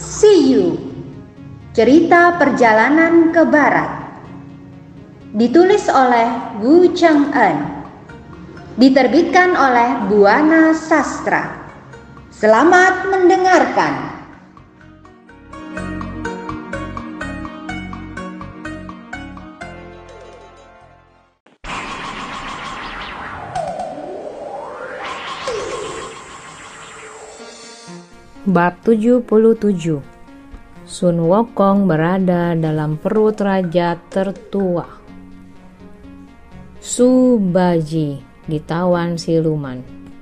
See You, cerita perjalanan ke barat. Ditulis oleh Wu Cheng-en. Diterbitkan oleh Buana Sastra. Selamat mendengarkan. Bab 77. Sun Wokong berada dalam perut raja tertua. Su Baji ditawan siluman.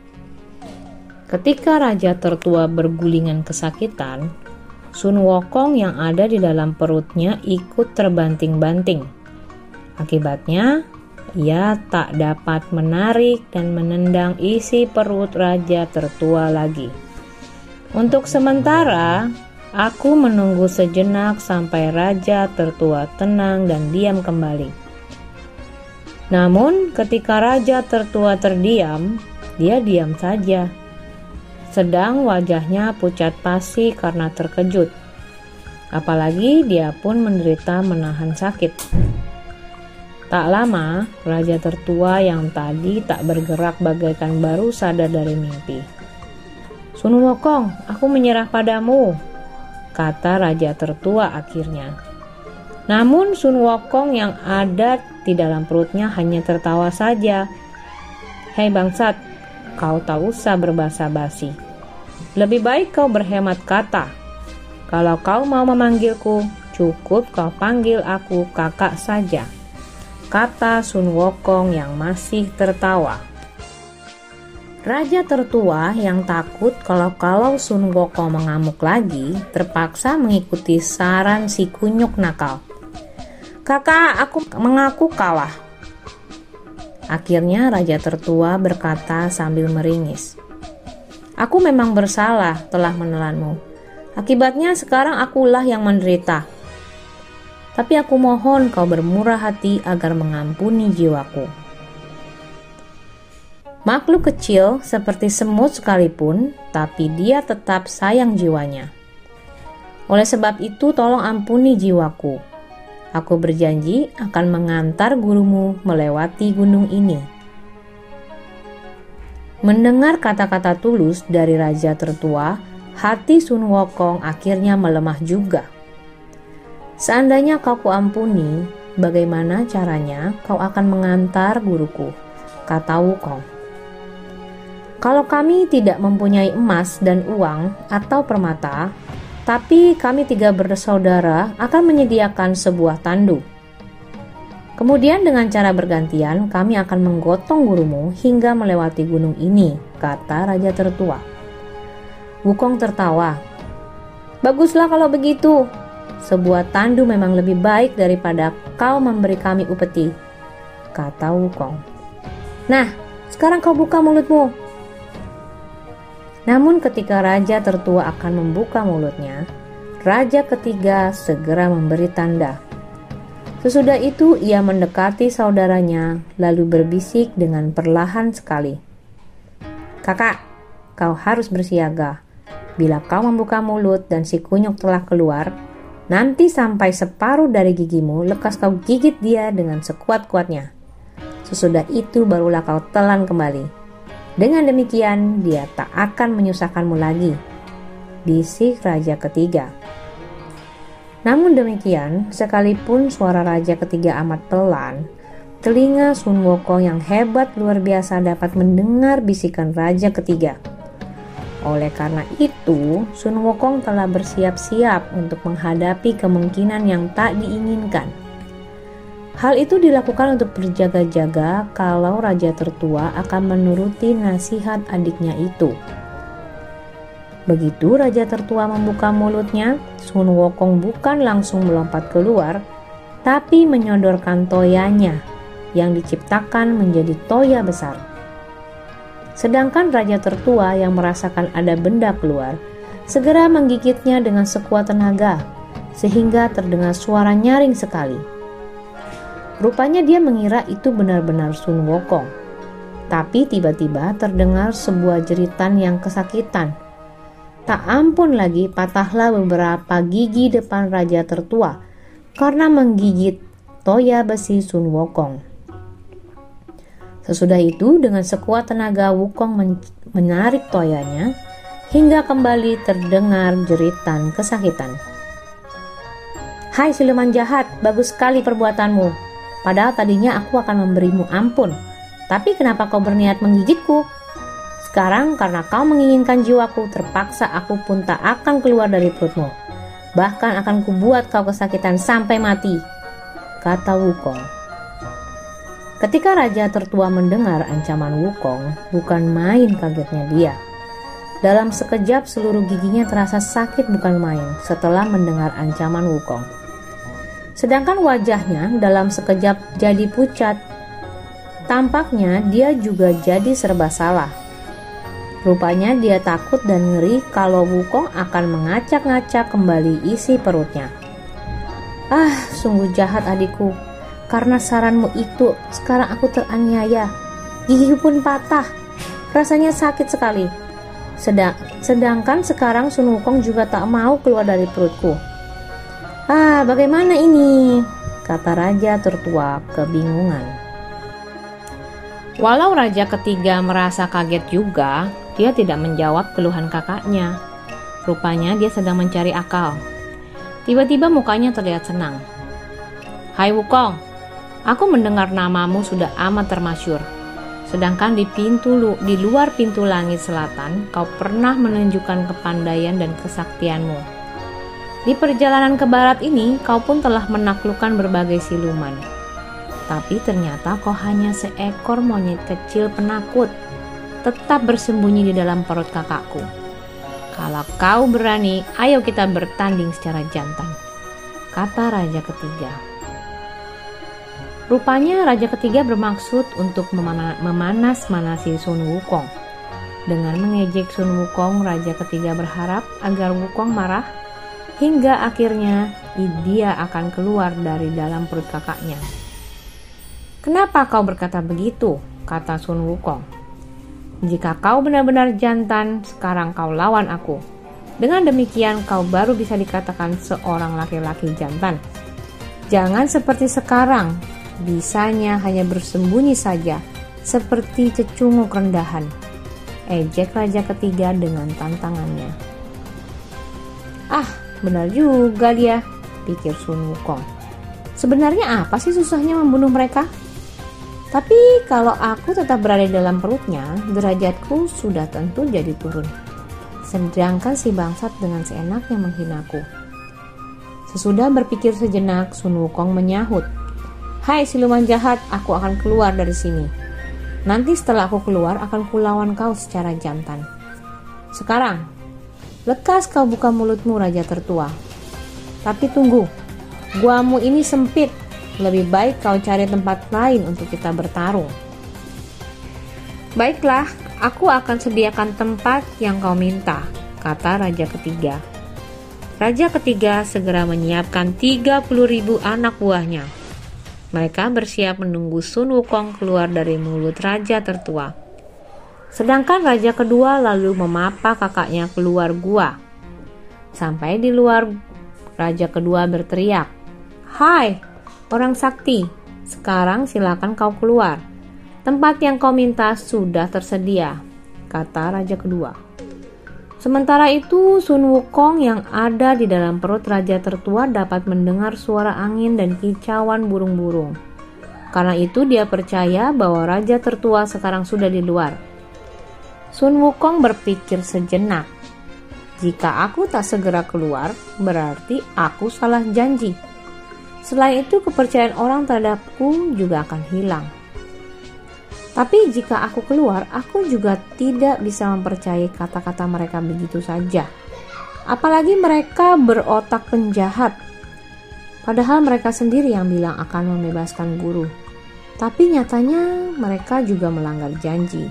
Ketika raja tertua bergulingan kesakitan, Sun Wokong yang ada di dalam perutnya ikut terbanting-banting. Akibatnya, ia tak dapat menarik dan menendang isi perut raja tertua lagi. Untuk sementara, aku menunggu sejenak sampai raja tertua tenang dan diam kembali. Namun, ketika raja tertua terdiam, dia diam saja. Sedang wajahnya pucat pasi karena terkejut. Apalagi dia pun menderita menahan sakit. Tak lama, raja tertua yang tadi tak bergerak bagaikan baru sadar dari mimpi. "Sun Wokong, aku menyerah padamu," kata raja tertua akhirnya. Namun Sun Wokong yang ada di dalam perutnya hanya tertawa saja. "Hei bangsat, kau tak usah berbasa-basi. Lebih baik kau berhemat kata. Kalau kau mau memanggilku, cukup kau panggil aku kakak saja," kata Sun Wokong yang masih tertawa. Raja tertua yang takut kalau Sun Wokong mengamuk lagi terpaksa mengikuti saran si kunyuk nakal. "Kakak, aku mengaku kalah." Akhirnya raja tertua berkata sambil meringis, "Aku memang bersalah telah menelanmu. Akibatnya sekarang akulah yang menderita. Tapi aku mohon kau bermurah hati agar mengampuni jiwaku." Makhluk kecil seperti semut sekalipun, tapi dia tetap sayang jiwanya. "Oleh sebab itu tolong ampuni jiwaku. Aku berjanji akan mengantar gurumu melewati gunung ini." Mendengar kata-kata tulus dari raja tertua, hati Sun Wokong akhirnya melemah juga. "Seandainya kau kuampuni, bagaimana caranya kau akan mengantar guruku?" kata Wukong. "Kalau kami tidak mempunyai emas dan uang atau permata, tapi kami 3 bersaudara akan menyediakan sebuah tandu. Kemudian dengan cara bergantian kami akan menggotong gurumu hingga melewati gunung ini," kata raja tertua. Wukong tertawa. "Baguslah kalau begitu. Sebuah tandu memang lebih baik daripada kau memberi kami upeti," kata Wukong. "Nah, sekarang kau buka mulutmu." Namun ketika raja tertua akan membuka mulutnya, raja ketiga segera memberi tanda. Sesudah itu ia mendekati saudaranya lalu berbisik dengan perlahan sekali, "Kakak, kau harus bersiaga. Bila kau membuka mulut dan si kunyuk telah keluar, nanti sampai separuh dari gigimu lekas kau gigit dia dengan sekuat-kuatnya. Sesudah itu barulah kau telan kembali. Dengan demikian dia tak akan menyusahkanmu lagi," bisik raja ketiga. Namun demikian, sekalipun suara raja ketiga amat pelan, telinga Sun Wokong yang hebat luar biasa dapat mendengar bisikan raja ketiga. Oleh karena itu, Sun Wokong telah bersiap-siap untuk menghadapi kemungkinan yang tak diinginkan. Hal itu dilakukan untuk berjaga-jaga kalau raja tertua akan menuruti nasihat adiknya itu. Begitu raja tertua membuka mulutnya, Sun Wokong bukan langsung melompat keluar, tapi menyodorkan toyanya yang diciptakan menjadi toya besar. Sedangkan raja tertua yang merasakan ada benda keluar, segera menggigitnya dengan sekuat tenaga, sehingga terdengar suara nyaring sekali. Rupanya dia mengira itu benar-benar Sun Wokong. Tapi tiba-tiba terdengar sebuah jeritan yang kesakitan. Tak ampun lagi, patahlah beberapa gigi depan raja tertua karena menggigit toya besi Sun Wukong. Sesudah itu, dengan sekuat tenaga Wukong menarik toyanya hingga kembali terdengar jeritan kesakitan. "Hai siluman jahat, bagus sekali perbuatanmu. Padahal tadinya aku akan memberimu ampun. Tapi kenapa kau berniat menggigitku? Sekarang karena kau menginginkan jiwaku, terpaksa aku pun tak akan keluar dari perutmu. Bahkan akan kubuat kau kesakitan sampai mati," kata Wukong. Ketika raja tertua mendengar ancaman Wukong, bukan main kagetnya dia. Dalam sekejap seluruh giginya terasa sakit bukan main setelah mendengar ancaman Wukong. Sedangkan wajahnya dalam sekejap jadi pucat. Tampaknya dia juga jadi serba salah. Rupanya dia takut dan ngeri kalau Wukong akan mengacak-ngacak kembali isi perutnya. "Ah, sungguh jahat adikku. Karena saranmu itu, sekarang aku teraniaya. Gigiku pun patah. Rasanya sakit sekali. Sedangkan sekarang Sun Wukong juga tak mau keluar dari perutku. Ah, bagaimana ini?" kata raja tertua kebingungan. Walau raja ketiga merasa kaget juga, dia tidak menjawab keluhan kakaknya. Rupanya dia sedang mencari akal. Tiba-tiba mukanya terlihat senang. "Hai Wukong, aku mendengar namamu sudah amat termasyhur. Sedangkan di luar pintu langit selatan, kau pernah menunjukkan kepandaian dan kesaktianmu. Di perjalanan ke barat ini, kau pun telah menaklukkan berbagai siluman. Tapi ternyata kau hanya seekor monyet kecil penakut, tetap bersembunyi di dalam perut kakakku. Kalau kau berani, ayo kita bertanding secara jantan," kata raja ketiga. Rupanya raja ketiga bermaksud untuk memanas-manasi Sun Wukong. Dengan mengejek Sun Wukong, raja ketiga berharap agar Wukong marah hingga akhirnya dia akan keluar dari dalam perut kakaknya. "Kenapa kau berkata begitu?" kata Sun Wukong. "Jika kau benar-benar jantan, sekarang kau lawan aku. Dengan demikian kau baru bisa dikatakan seorang laki-laki jantan. Jangan seperti sekarang, bisanya hanya bersembunyi saja, seperti cecunguk rendahan," ejek raja ketiga dengan tantangannya. "Ah, benar juga dia," pikir Sun Wukong. "Sebenarnya apa sih susahnya membunuh mereka? Tapi kalau aku tetap berada di dalam perutnya, derajatku sudah tentu jadi turun. Sedangkan si bangsat dengan seenaknya menghinaku." Sesudah berpikir sejenak, Sun Wukong menyahut, "Hai siluman jahat, aku akan keluar dari sini. Nanti setelah aku keluar, akan kulawan kau secara jantan. Sekarang, lekas kau buka mulutmu, raja tertua. Tapi tunggu, guamu ini sempit. Lebih baik kau cari tempat lain untuk kita bertarung." "Baiklah, aku akan sediakan tempat yang kau minta," kata raja ketiga. Raja ketiga segera menyiapkan 30.000 anak buahnya. Mereka bersiap menunggu Sun Wukong keluar dari mulut raja tertua. Sedangkan raja kedua lalu memapa kakaknya keluar gua. Sampai di luar, raja kedua berteriak, "Hai orang sakti, sekarang silakan kau keluar. Tempat yang kau minta sudah tersedia," kata raja kedua. Sementara itu, Sun Wukong yang ada di dalam perut raja tertua dapat mendengar suara angin dan kicauan burung-burung. Karena itu dia percaya bahwa raja tertua sekarang sudah di luar. Sun Wukong berpikir sejenak. Jika aku tak segera keluar, berarti aku salah janji. Selain itu, kepercayaan orang terhadapku juga akan hilang. Tapi jika aku keluar, aku juga tidak bisa mempercayai kata-kata mereka begitu saja. Apalagi mereka berotak penjahat. Padahal mereka sendiri yang bilang akan membebaskan guru. Tapi nyatanya mereka juga melanggar janji.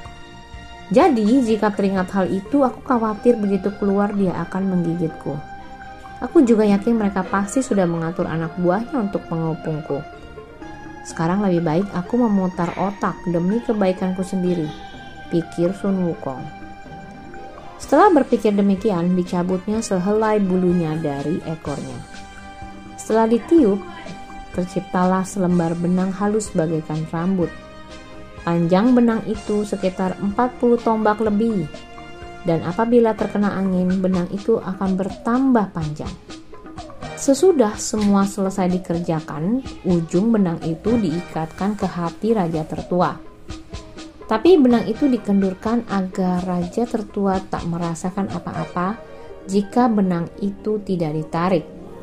Jadi jika teringat hal itu, aku khawatir begitu keluar dia akan menggigitku. Aku juga yakin mereka pasti sudah mengatur anak buahnya untuk mengepungku. Sekarang lebih baik aku memutar otak demi kebaikanku sendiri, pikir Sun Wukong. Setelah berpikir demikian, dicabutnya sehelai bulunya dari ekornya. Setelah ditiup, terciptalah selembar benang halus bagaikan rambut. Panjang benang itu sekitar 40 tombak lebih, dan apabila terkena angin, benang itu akan bertambah panjang. Sesudah semua selesai dikerjakan, ujung benang itu diikatkan ke hati raja tertua. Tapi benang itu dikendurkan agar raja tertua tak merasakan apa-apa jika benang itu tidak ditarik.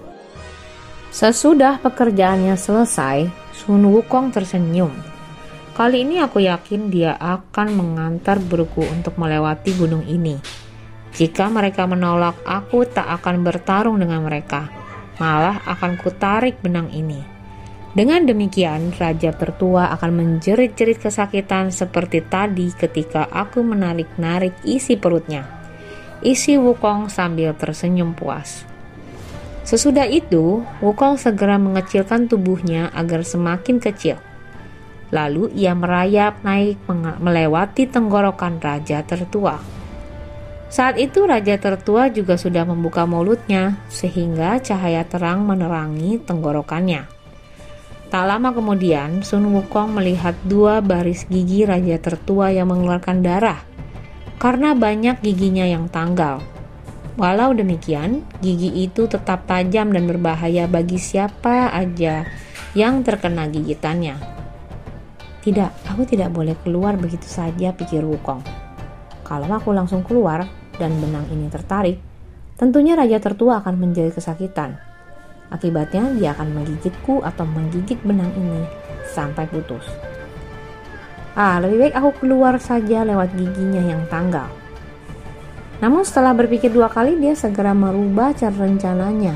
Sesudah pekerjaannya selesai, Sun Wukong tersenyum. Kali ini aku yakin dia akan mengantar buruku untuk melewati gunung ini. Jika mereka menolak, aku tak akan bertarung dengan mereka. Malah akan kutarik benang ini. Dengan demikian, raja tertua akan menjerit-jerit kesakitan seperti tadi ketika aku menarik-narik isi perutnya. Isi Wukong sambil tersenyum puas. Sesudah itu, Wukong segera mengecilkan tubuhnya agar semakin kecil. Lalu ia merayap naik melewati tenggorokan raja tertua. Saat itu raja tertua juga sudah membuka mulutnya sehingga cahaya terang menerangi tenggorokannya. Tak lama kemudian, Sun Wukong melihat 2 baris gigi raja tertua yang mengeluarkan darah karena banyak giginya yang tanggal. Walau demikian, gigi itu tetap tajam dan berbahaya bagi siapa aja yang terkena gigitannya. Tidak, aku tidak boleh keluar begitu saja, pikir Wukong. Kalau aku langsung keluar dan benang ini tertarik, tentunya raja tertua akan menjerit kesakitan. Akibatnya dia akan menggigitku atau menggigit benang ini sampai putus. Lebih baik aku keluar saja lewat giginya yang tanggal. Namun setelah berpikir 2 kali, dia segera merubah cara rencananya.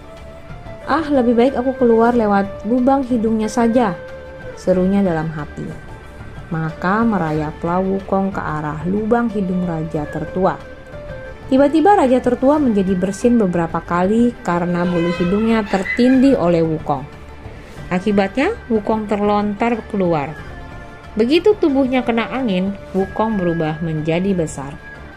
Lebih baik aku keluar lewat lubang hidungnya saja, serunya dalam hati. Maka merayaplah Wukong ke arah lubang hidung raja tertua. Tiba-tiba raja tertua menjadi bersin beberapa kali karena bulu hidungnya tertindih oleh Wukong. Akibatnya Wukong terlontar keluar. Begitu tubuhnya kena angin, Wukong berubah menjadi besar.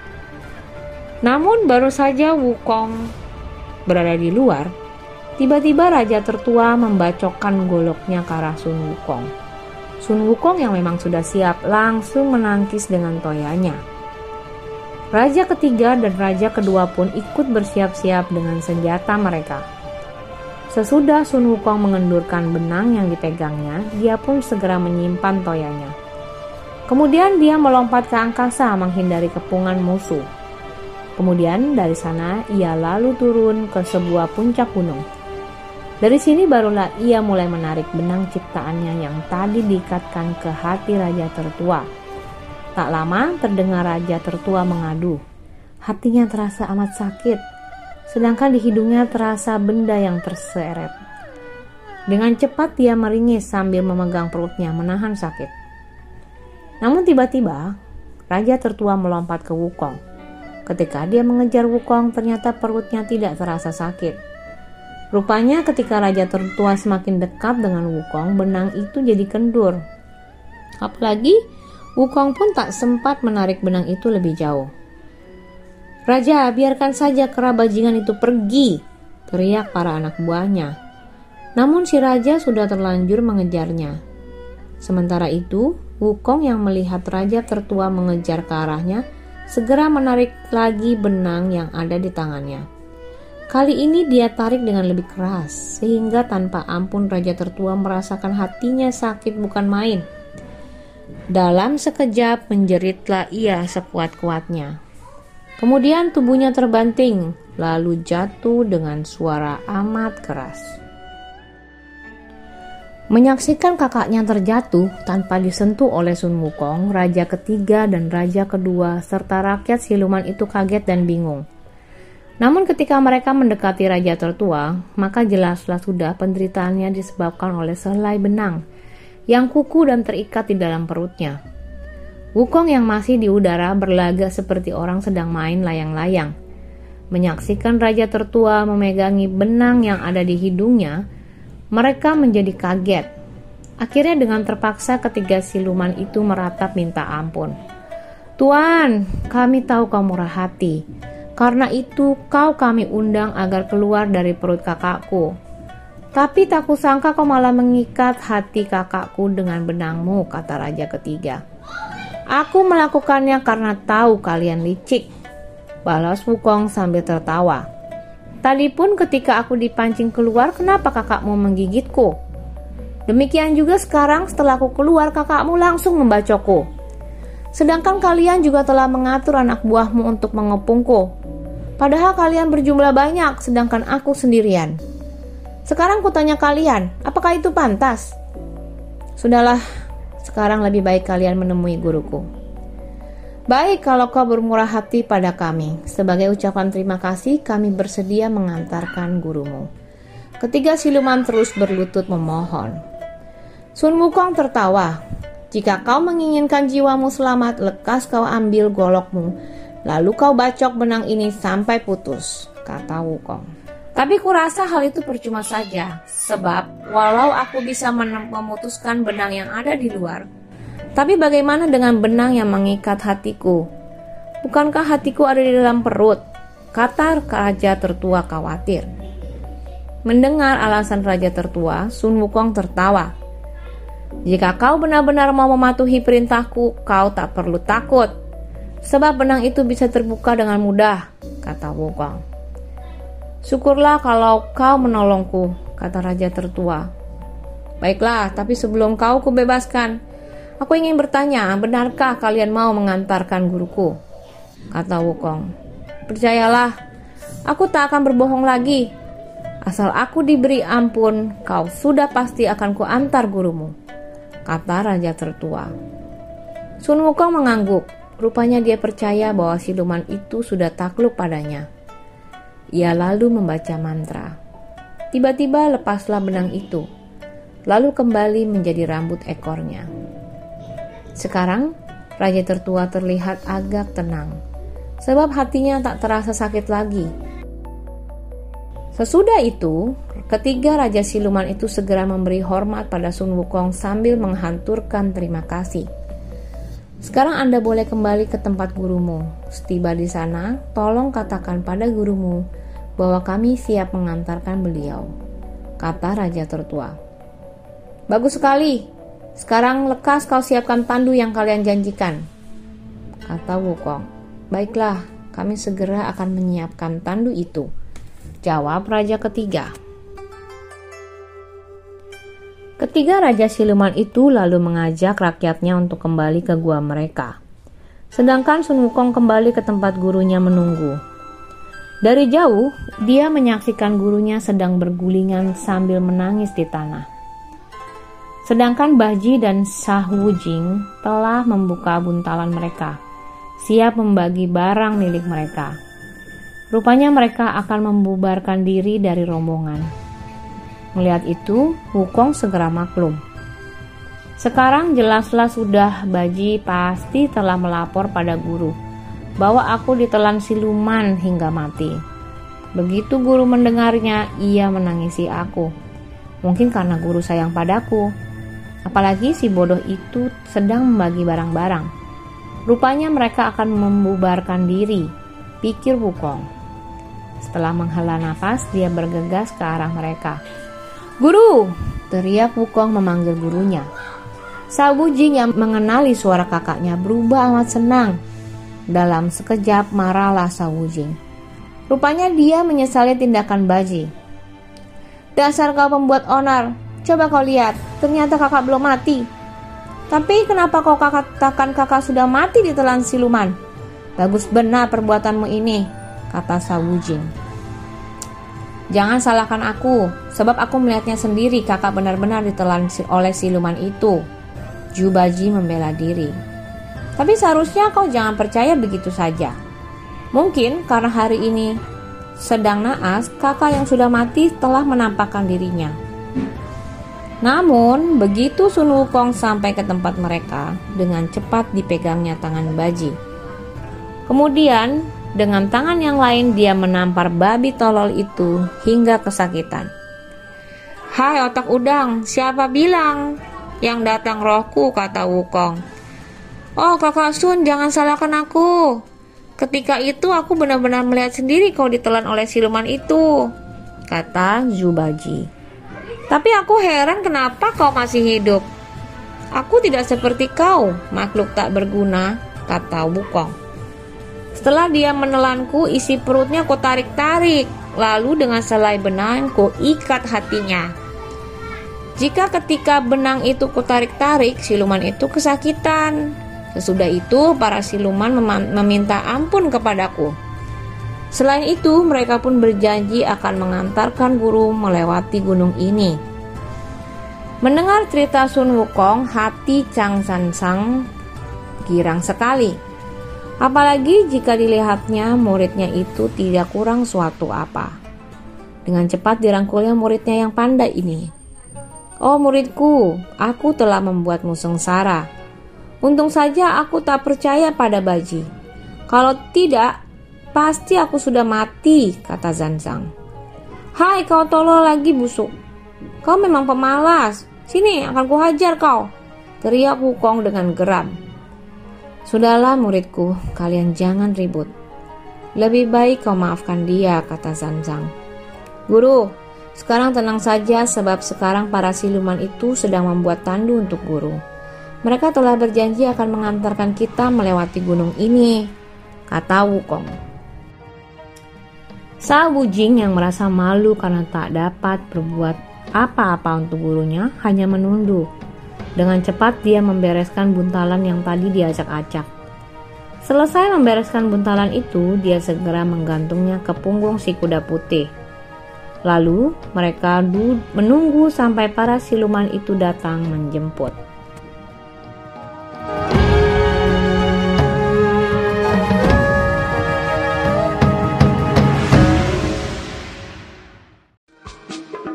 Namun baru saja Wukong berada di luar, tiba-tiba raja tertua membacokkan goloknya ke arah Sun Wukong. Sun Wukong yang memang sudah siap langsung menangkis dengan toyanya. Raja ketiga dan raja kedua pun ikut bersiap-siap dengan senjata mereka. Sesudah Sun Wukong mengendurkan benang yang dipegangnya, dia pun segera menyimpan toyanya. Kemudian dia melompat ke angkasa menghindari kepungan musuh. Kemudian dari sana ia lalu turun ke sebuah puncak gunung. Dari sini barulah ia mulai menarik benang ciptaannya yang tadi diikatkan ke hati raja tertua. Tak lama terdengar raja tertua mengadu. Hatinya terasa amat sakit, sedangkan di hidungnya terasa benda yang terseret. Dengan cepat dia meringis sambil memegang perutnya menahan sakit. Namun tiba-tiba raja tertua melompat ke Wukong. Ketika dia mengejar Wukong, ternyata perutnya tidak terasa sakit. Rupanya ketika raja tertua semakin dekat dengan Wukong, benang itu jadi kendur. Apalagi Wukong pun tak sempat menarik benang itu lebih jauh. "Raja, biarkan saja kera bajingan itu pergi," teriak para anak buahnya. Namun si raja sudah terlanjur mengejarnya. Sementara itu, Wukong yang melihat raja tertua mengejar ke arahnya, segera menarik lagi benang yang ada di tangannya. Kali ini dia tarik dengan lebih keras, sehingga tanpa ampun raja tertua merasakan hatinya sakit bukan main. Dalam sekejap menjeritlah ia sekuat-kuatnya. Kemudian tubuhnya terbanting, lalu jatuh dengan suara amat keras. Menyaksikan kakaknya terjatuh tanpa disentuh oleh Sun Wukong, raja ketiga dan raja kedua serta rakyat siluman itu kaget dan bingung. Namun ketika mereka mendekati raja tertua, maka jelaslah sudah penderitaannya disebabkan oleh sehelai benang yang kuku dan terikat di dalam perutnya. Wukong yang masih di udara berlagak seperti orang sedang main layang-layang. Menyaksikan raja tertua memegangi benang yang ada di hidungnya, mereka menjadi kaget. Akhirnya dengan terpaksa ketiga siluman itu meratap minta ampun. Tuan, kami tahu kau murah hati. Karena itu kami undang agar keluar dari perut kakakku. Tapi tak kusangka kau malah mengikat hati kakakku dengan benangmu, kata raja ketiga. Aku melakukannya karena tahu kalian licik, balas Wukong sambil tertawa. Tadi pun ketika aku dipancing keluar, kenapa kakakmu menggigitku? Demikian juga sekarang setelah aku keluar, kakakmu langsung membacokku. Sedangkan kalian juga telah mengatur anak buahmu untuk mengepungku. Padahal kalian berjumlah banyak, sedangkan aku sendirian. Sekarang kutanya kalian, apakah itu pantas? Sudahlah, sekarang lebih baik kalian menemui guruku. Baik kalau kau bermurah hati pada kami. Sebagai ucapan terima kasih, kami bersedia mengantarkan gurumu. Ketiga siluman terus berlutut memohon. Sun Wukong tertawa. Jika kau menginginkan jiwamu selamat, lekas kau ambil golokmu, lalu kau bacok benang ini sampai putus, kata Wukong. Tapi kurasa hal itu percuma saja, sebab walau aku bisa memutuskan benang yang ada di luar, tapi bagaimana dengan benang yang mengikat hatiku? Bukankah hatiku ada di dalam perut? Kata raja tertua khawatir. Mendengar alasan raja tertua, Sun Wukong tertawa. Jika kau benar-benar mau mematuhi perintahku, kau tak perlu takut, sebab benang itu bisa terbuka dengan mudah, kata Wukong. Syukurlah kalau kau menolongku, kata raja tertua. Baiklah, tapi sebelum kau kubebaskan, aku ingin bertanya, benarkah kalian mau mengantarkan guruku? Kata Wukong. Percayalah, aku tak akan berbohong lagi. Asal aku diberi ampun, kau sudah pasti akan kuantar gurumu, kata raja tertua. Sun Wukong mengangguk. Rupanya dia percaya bahwa siluman itu sudah takluk padanya. Ia lalu membaca mantra. Tiba-tiba lepaslah benang itu, lalu kembali menjadi rambut ekornya. Sekarang, raja tertua terlihat agak tenang, sebab hatinya tak terasa sakit lagi. Sesudah itu, ketiga raja siluman itu segera memberi hormat pada Sun Wukong sambil menghanturkan terima kasih. Sekarang Anda boleh kembali ke tempat gurumu. Setiba di sana, tolong katakan pada gurumu bahwa kami siap mengantarkan beliau, kata raja tertua. Bagus sekali. Sekarang lekas kau siapkan tandu yang kalian janjikan, kata Wukong. Baiklah, kami segera akan menyiapkan tandu itu, jawab raja ketiga. Ketiga raja siluman itu lalu mengajak rakyatnya untuk kembali ke gua mereka. Sedangkan Sun Wukong kembali ke tempat gurunya menunggu. Dari jauh, dia menyaksikan gurunya sedang bergulingan sambil menangis di tanah. Sedangkan Baji dan Shah Wujing telah membuka buntalan mereka, siap membagi barang milik mereka. Rupanya mereka akan membubarkan diri dari rombongan. Melihat itu, Wukong segera maklum. Sekarang jelaslah sudah Baji pasti telah melapor pada guru bahwa aku ditelan siluman hingga mati. Begitu guru mendengarnya, ia menangisi aku. Mungkin karena guru sayang padaku. Apalagi si bodoh itu sedang membagi barang-barang. Rupanya mereka akan membubarkan diri, pikir Wukong. Setelah menghela nafas, dia bergegas ke arah mereka. Guru! Teriak Wukong memanggil gurunya. Shah Wujing yang mengenali suara kakaknya berubah amat senang. Dalam sekejap marahlah Shah Wujing. Rupanya dia menyesali tindakan Baji. Dasar kau pembuat onar, coba kau lihat, ternyata kakak belum mati. Tapi kenapa kau katakan kakak sudah mati ditelan siluman? Bagus benar perbuatanmu ini, kata Shah Wujing. Jangan salahkan aku, sebab aku melihatnya sendiri kakak benar-benar ditelan oleh siluman itu. Ju Baji membela diri. Tapi seharusnya kau jangan percaya begitu saja. Mungkin karena hari ini sedang naas, kakak yang sudah mati telah menampakkan dirinya. Namun, begitu Sun Wukong sampai ke tempat mereka, dengan cepat dipegangnya tangan Baji. Kemudian, dengan tangan yang lain dia menampar babi tolol itu hingga kesakitan. Hai otak udang, siapa bilang yang datang rohku, kata Wukong. Oh Kakak Sun, jangan salahkan aku. Ketika itu aku benar-benar melihat sendiri kau ditelan oleh siluman itu, kata Zubaji. Tapi aku heran kenapa kau masih hidup. Aku tidak seperti kau, makhluk tak berguna, kata Wukong. Setelah dia menelanku, isi perutnya ku tarik-tarik, lalu dengan selai benang ku ikat hatinya. Jika ketika benang itu ku tarik-tarik, siluman itu kesakitan. Sesudah itu, para siluman meminta ampun kepadaku. Selain itu, mereka pun berjanji akan mengantarkan guru melewati gunung ini. Mendengar cerita Sun Wukong, hati Chang Sanzang girang sekali. Apalagi jika dilihatnya muridnya itu tidak kurang suatu apa. Dengan cepat dirangkulnya muridnya yang pandai ini. Oh muridku, aku telah membuatmu sengsara. Untung saja aku tak percaya pada Baji. Kalau tidak, pasti aku sudah mati, kata Zanzang. Hai kau tolol lagi busuk. Kau memang pemalas. Sini akan kuhajar kau, teriak Wukong dengan geram. Sudahlah muridku, kalian jangan ribut. Lebih baik kau maafkan dia, kata Zanzang. Guru, sekarang tenang saja sebab sekarang para siluman itu sedang membuat tandu untuk guru. Mereka telah berjanji akan mengantarkan kita melewati gunung ini, kata Wukong. Sa Wujing yang merasa malu karena tak dapat berbuat apa-apa untuk gurunya hanya menunduk. Dengan cepat dia membereskan buntalan yang tadi diacak-acak. Selesai membereskan buntalan itu, dia segera menggantungnya ke punggung si kuda putih. Lalu mereka menunggu sampai para siluman itu datang menjemput.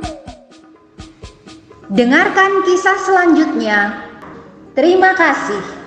Dengarkan kisah selanjutnya. Terima kasih.